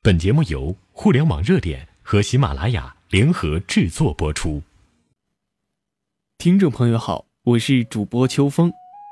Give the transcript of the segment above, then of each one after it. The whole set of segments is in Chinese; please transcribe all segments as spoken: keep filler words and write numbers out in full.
本节目由互联网热点和喜马拉雅联合制作播出。 听众朋友好，我是主播秋风。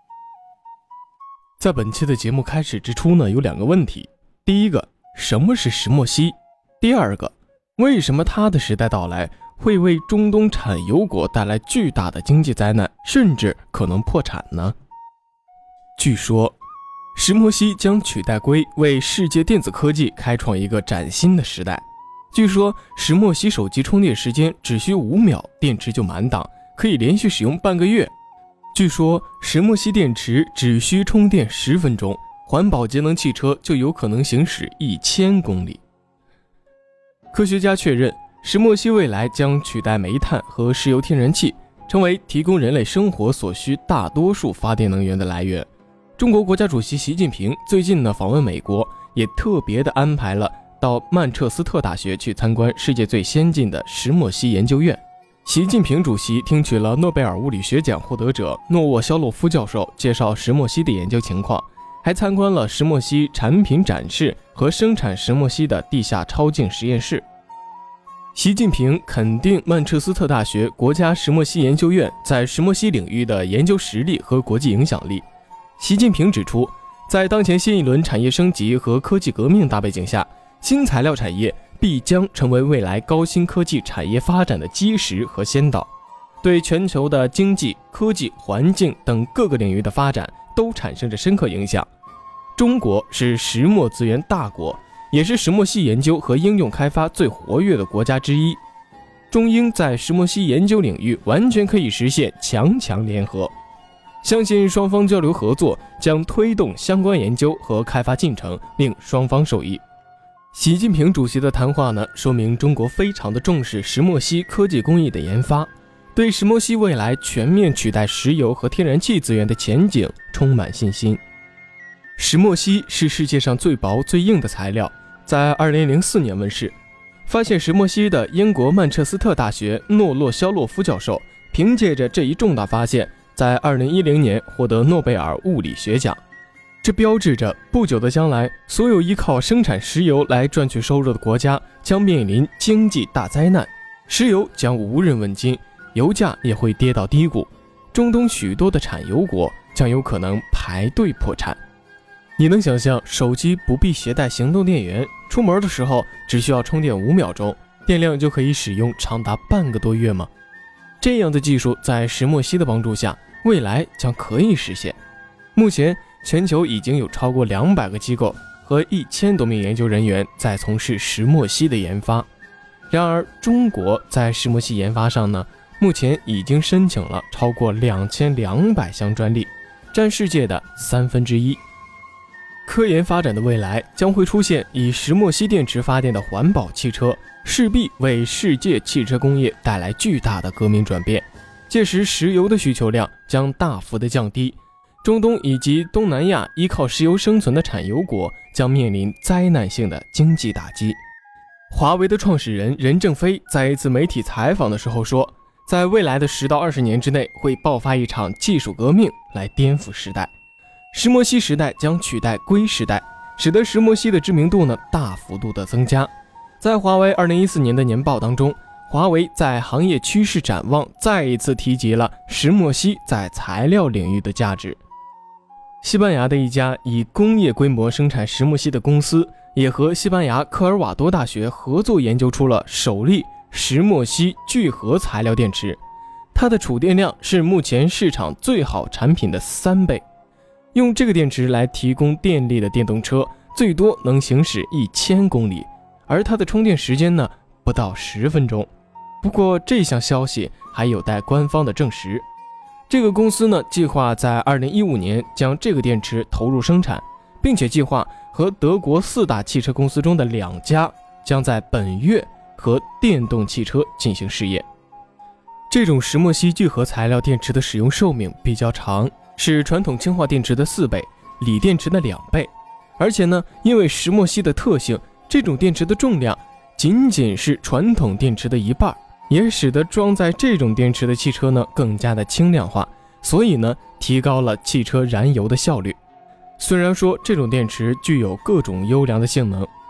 在本期的节目开始之初呢，有两个问题。第一个，什么是石墨烯？第二个，为什么它的时代到来会为中东产油国带来巨大的经济灾难，甚至可能破产呢？据说石墨烯将取代硅，为世界电子科技开创一个崭新的时代。据说石墨烯手机充电时间只需五秒，电池就满档，可以连续使用半个月。据说石墨烯电池只需充电十分钟，环保节能汽车就有可能行驶一千公里。科学家确认，石墨烯未来将取代煤炭和石油天然气，成为提供人类生活所需大多数发电能源的来源。中国国家主席习近平最近呢访问美国，也特别的安排了到曼彻斯特大学去参观世界最先进的石墨烯研究院。习近平主席听取了诺贝尔物理学奖获得者诺沃肖洛夫教授介绍石墨烯的研究情况，还参观了石墨烯产品展示和生产石墨烯的地下超净实验室。习近平肯定曼彻斯特大学国家石墨烯研究院在石墨烯领域的研究实力和国际影响力。习近平指出，在当前新一轮产业升级和科技革命大背景下，新材料产业必将成为未来高新科技产业发展的基石和先导，对全球的经济、科技、环境等各个领域的发展都产生着深刻影响。中国是石墨资源大国，也是石墨烯研究和应用开发最活跃的国家之一。中英在石墨烯研究领域完全可以实现强强联合，相信双方交流合作将推动相关研究和开发进程，令双方受益。习近平主席的谈话呢，说明中国非常的重视石墨烯科技工艺的研发，对石墨烯未来全面取代石油和天然气资源的前景充满信心。石墨烯是世界上最薄最硬的材料，在二零零四年问世。发现石墨烯的英国曼彻斯特大学诺洛肖洛夫教授凭借着这一重大发现，在二零一零年获得诺贝尔物理学奖。这标志着不久的将来，所有依靠生产石油来赚取收入的国家将面临经济大灾难，石油将无人问津，油价也会跌到低谷，中东许多的产油国将有可能排队破产。你能想象手机不必携带行动电源，出门的时候只需要充电五秒钟，电量就可以使用长达半个多月吗？这样的技术在石墨烯的帮助下，未来将可以实现。目前全球已经有超过两百个机构和一千多名研究人员在从事石墨烯的研发。然而中国在石墨烯研发上呢，目前已经申请了超过两千两百项专利，占世界的三分之一。科研发展的未来将会出现以石墨烯电池发电的环保汽车，势必为世界汽车工业带来巨大的革命转变。届时石油的需求量将大幅的降低，中东以及东南亚依靠石油生存的产油国将面临灾难性的经济打击。华为的创始人任正非在一次媒体采访的时候说，在未来的十到二十年之内会爆发一场技术革命来颠覆时代，石墨烯时代将取代硅时代，使得石墨烯的知名度呢大幅度的增加。在华为二零一四年的年报当中，华为在行业趋势展望再一次提及了石墨烯在材料领域的价值。西班牙的一家以工业规模生产石墨烯的公司，也和西班牙科尔瓦多大学合作研究出了首例石墨烯聚合材料电池，它的储电量是目前市场最好产品的三倍。用这个电池来提供电力的电动车最多能行驶一千公里，而它的充电时间呢不到十分钟。不过这项消息还有待官方的证实。这个公司呢计划在二零一五年将这个电池投入生产，并且计划和德国四大汽车公司中的两家将在本月和电动汽车进行试验。这种石墨烯聚合材料电池的使用寿命比较长，是传统氢化电池的四倍，锂电池的两倍。而且呢，因为石墨烯的特性，这种电池的重量仅仅是传统电池的一半，也使得装载这种电池的汽车呢更加的轻量化，所以呢提高了汽车燃油的效率。虽然说这种电池具有各种优良的性能，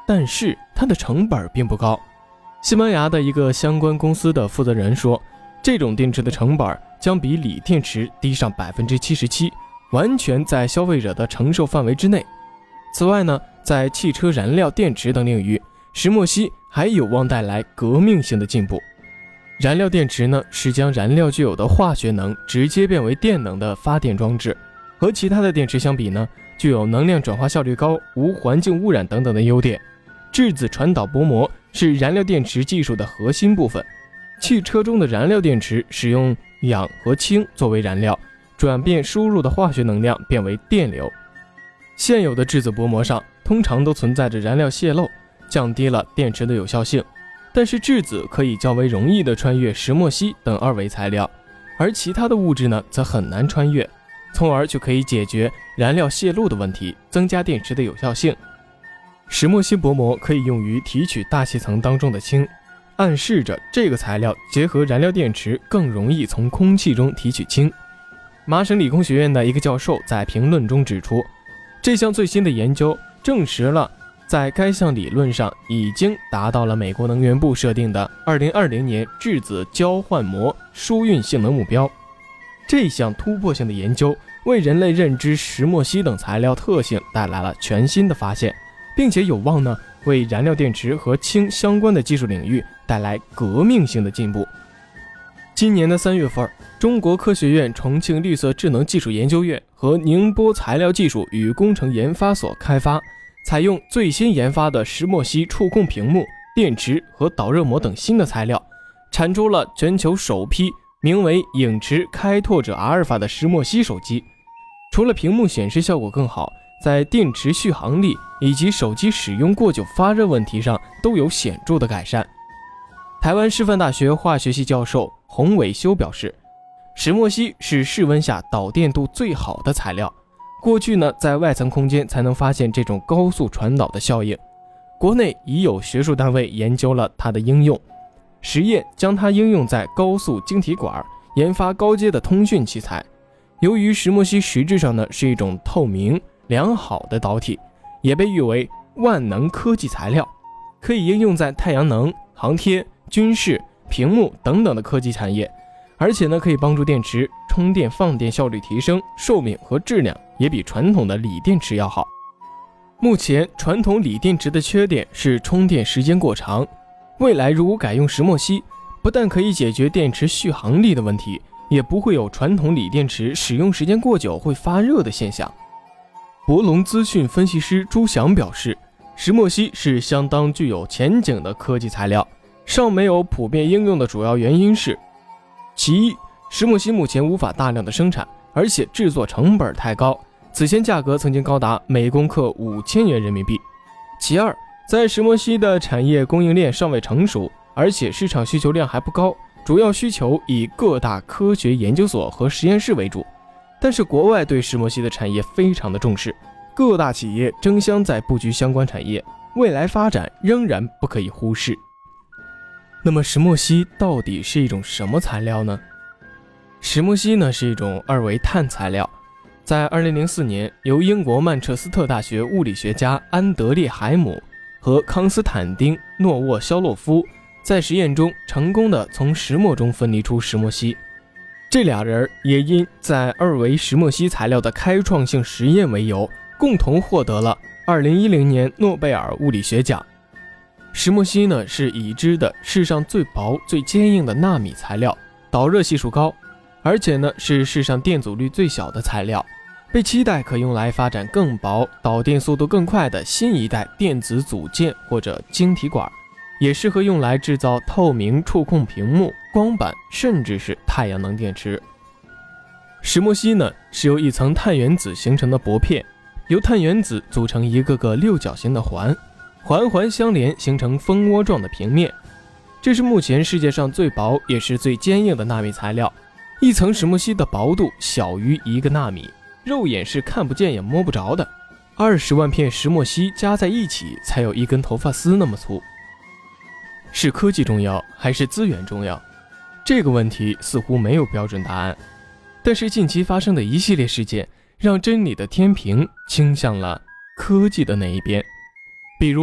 但是它的成本并不高。西班牙的一个相关公司的负责人说，这种电池的成本将比锂电池低上 百分之七十七， 完全在消费者的承受范围之内。此外呢，在汽车燃料电池等领域，石墨烯还有望带来革命性的进步。燃料电池呢，是将燃料具有的化学能直接变为电能的发电装置，和其他的电池相比呢，具有能量转化效率高、无环境污染等等的优点。质子传导薄膜是燃料电池技术的核心部分。汽车中的燃料电池使用氧和氢作为燃料，转变输入的化学能量变为电流。现有的质子薄膜上通常都存在着燃料泄漏，降低了电池的有效性。但是质子可以较为容易地穿越石墨烯等二维材料，而其他的物质呢，则很难穿越，从而就可以解决燃料泄漏的问题，增加电池的有效性。石墨烯薄膜可以用于提取大气层当中的氢，暗示着这个材料结合燃料电池更容易从空气中提取氢。麻省理工学院的一个教授在评论中指出，这项最新的研究证实了在该项理论上已经达到了美国能源部设定的二零二零年质子交换膜输运性能目标。这项突破性的研究为人类认知石墨烯等材料特性带来了全新的发现，并且有望呢为燃料电池和氢相关的技术领域带来革命性的进步。今年的三月份，中国科学院重庆绿色智能技术研究院和宁波材料技术与工程研发所开发，采用最新研发的石墨烯触控屏幕、电池和导热膜等新的材料，产出了全球首批名为影驰开拓者阿尔法的石墨烯手机。除了屏幕显示效果更好，在电池续航力以及手机使用过久发热问题上都有显著的改善。台湾师范大学化学系教授洪伟修表示，石墨烯是室温下导电度最好的材料，过去呢在外层空间才能发现这种高速传导的效应，国内已有学术单位研究了它的应用，实验将它应用在高速晶体管，研发高阶的通讯器材。由于石墨烯实质上呢是一种透明良好的导体，也被誉为万能科技材料，可以应用在太阳能、航天、军事、屏幕等等的科技产业，而且呢可以帮助电池充电放电效率提升，寿命和质量也比传统的锂电池要好。目前传统锂电池的缺点是充电时间过长，未来如果改用石墨烯，不但可以解决电池续航力的问题，也不会有传统锂电池使用时间过久会发热的现象。博龙资讯分析师朱翔表示，石墨烯是相当具有前景的科技材料，尚没有普遍应用的主要原因是：其一，石墨烯目前无法大量的生产，而且制作成本太高，此前价格曾经高达每公克五千元人民币。其二，在石墨烯的产业供应链尚未成熟，而且市场需求量还不高，主要需求以各大科学研究所和实验室为主。但是国外对石墨烯的产业非常的重视，各大企业争相在布局相关产业，未来发展仍然不可以忽视。那么石墨烯到底是一种什么材料呢？石墨烯呢是一种二维碳材料，在二零零四年由英国曼彻斯特大学物理学家安德烈海姆和康斯坦丁诺沃肖洛夫在实验中成功的从石墨中分离出石墨烯。这俩人也因在二维石墨烯材料的开创性实验为由，共同获得了二零一零年诺贝尔物理学奖。石墨烯呢是已知的世上最薄最坚硬的纳米材料，导热系数高，而且呢是世上电阻率最小的材料，被期待可用来发展更薄、导电速度更快的新一代电子组件或者晶体管，也适合用来制造透明触控屏幕、光板，甚至是太阳能电池。石墨烯呢是由一层碳原子形成的薄片，由碳原子组成一个个六角形的环，环环相连形成蜂窝状的平面。这是目前世界上最薄也是最坚硬的纳米材料，一层石墨烯的薄度小于一个纳米，肉眼是看不见也摸不着的。二十万片石墨烯加在一起才有一根头发丝那么粗。是科技重要还是资源重要？这个问题似乎没有标准答案。但是近期发生的一系列事件，让真理的天平倾向了科技的那一边。比如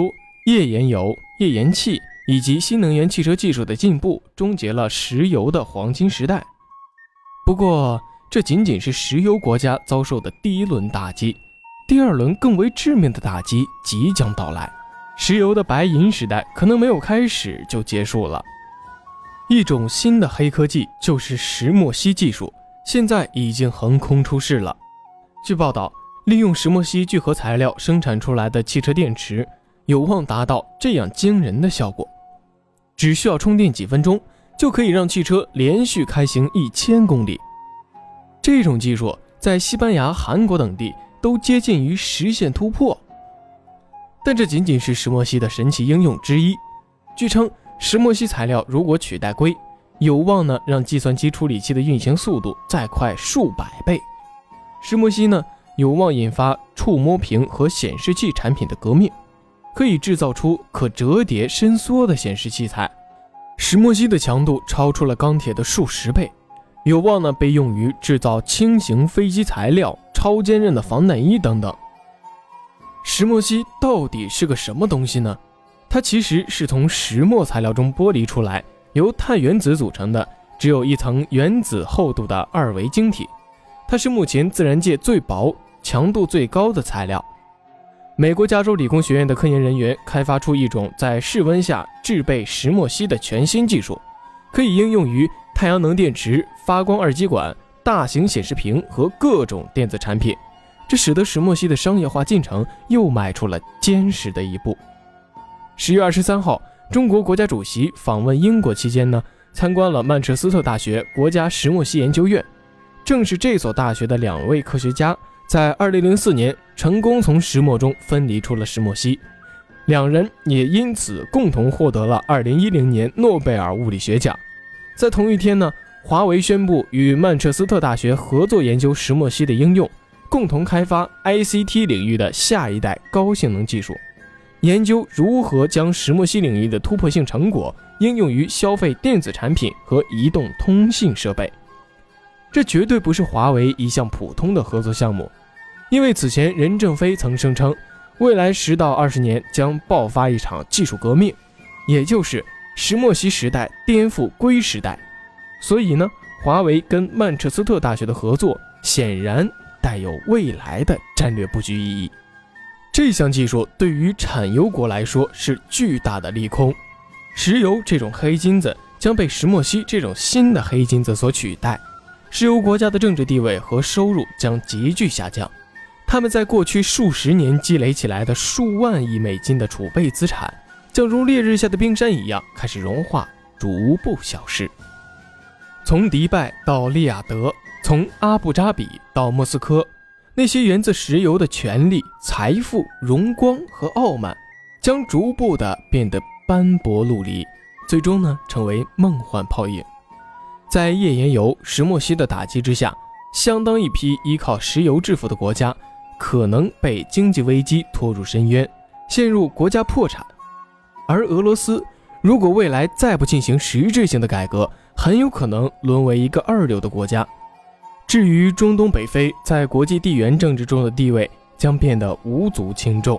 页岩油、页岩气以及新能源汽车技术的进步，终结了石油的黄金时代。不过，这仅仅是石油国家遭受的第一轮打击，第二轮更为致命的打击即将到来。石油的白银时代可能没有开始就结束了。一种新的黑科技就是石墨烯技术，现在已经横空出世了。据报道，利用石墨烯聚合材料生产出来的汽车电池有望达到这样惊人的效果，只需要充电几分钟就可以让汽车连续开行一千公里。这种技术在西班牙、韩国等地都接近于实现突破。但这仅仅是石墨烯的神奇应用之一。据称，石墨烯材料如果取代硅，有望呢让计算机处理器的运行速度再快数百倍。石墨烯呢有望引发触摸屏和显示器产品的革命，可以制造出可折叠伸缩的显示器材。石墨烯的强度超出了钢铁的数十倍，有望呢被用于制造轻型飞机材料、超坚韧的防弹衣等等。石墨烯到底是个什么东西呢？它其实是从石墨材料中剥离出来，由碳原子组成的，只有一层原子厚度的二维晶体。它是目前自然界最薄、强度最高的材料。美国加州理工学院的科研人员开发出一种在室温下制备石墨烯的全新技术，可以应用于太阳能电池、发光二极管、大型显示屏和各种电子产品。这使得石墨烯的商业化进程又迈出了坚实的一步。十月二十三号，中国国家主席访问英国期间呢，参观了曼彻斯特大学国家石墨烯研究院。正是这所大学的两位科学家，在二零零四年成功从石墨中分离出了石墨烯，两人也因此共同获得了二零一零年诺贝尔物理学奖。在同一天呢，华为宣布与曼彻斯特大学合作研究石墨烯的应用，共同开发 I C T 领域的下一代高性能技术，研究如何将石墨烯领域的突破性成果应用于消费电子产品和移动通信设备。这绝对不是华为一项普通的合作项目，因为此前任正非曾声称，未来十到二十年将爆发一场技术革命，也就是石墨烯时代颠覆硅时代。所以呢，华为跟曼彻斯特大学的合作显然带有未来的战略布局意义。这项技术对于产油国来说是巨大的利空，石油这种黑金子将被石墨烯这种新的黑金子所取代，石油国家的政治地位和收入将急剧下降，他们在过去数十年积累起来的数万亿美金的储备资产将如烈日下的冰山一样开始融化，逐步消失。从迪拜到利雅得，从阿布扎比到莫斯科，那些源自石油的权力、财富、荣光和傲慢将逐步的变得斑驳陆离，最终呢成为梦幻泡影。在页岩油、石墨烯的打击之下，相当一批依靠石油致富的国家可能被经济危机拖入深渊，陷入国家破产。而俄罗斯如果未来再不进行实质性的改革，很有可能沦为一个二流的国家。至于中东北非在国际地缘政治中的地位将变得无足轻重。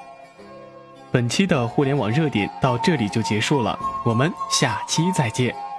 本期的互联网热点到这里就结束了，我们下期再见。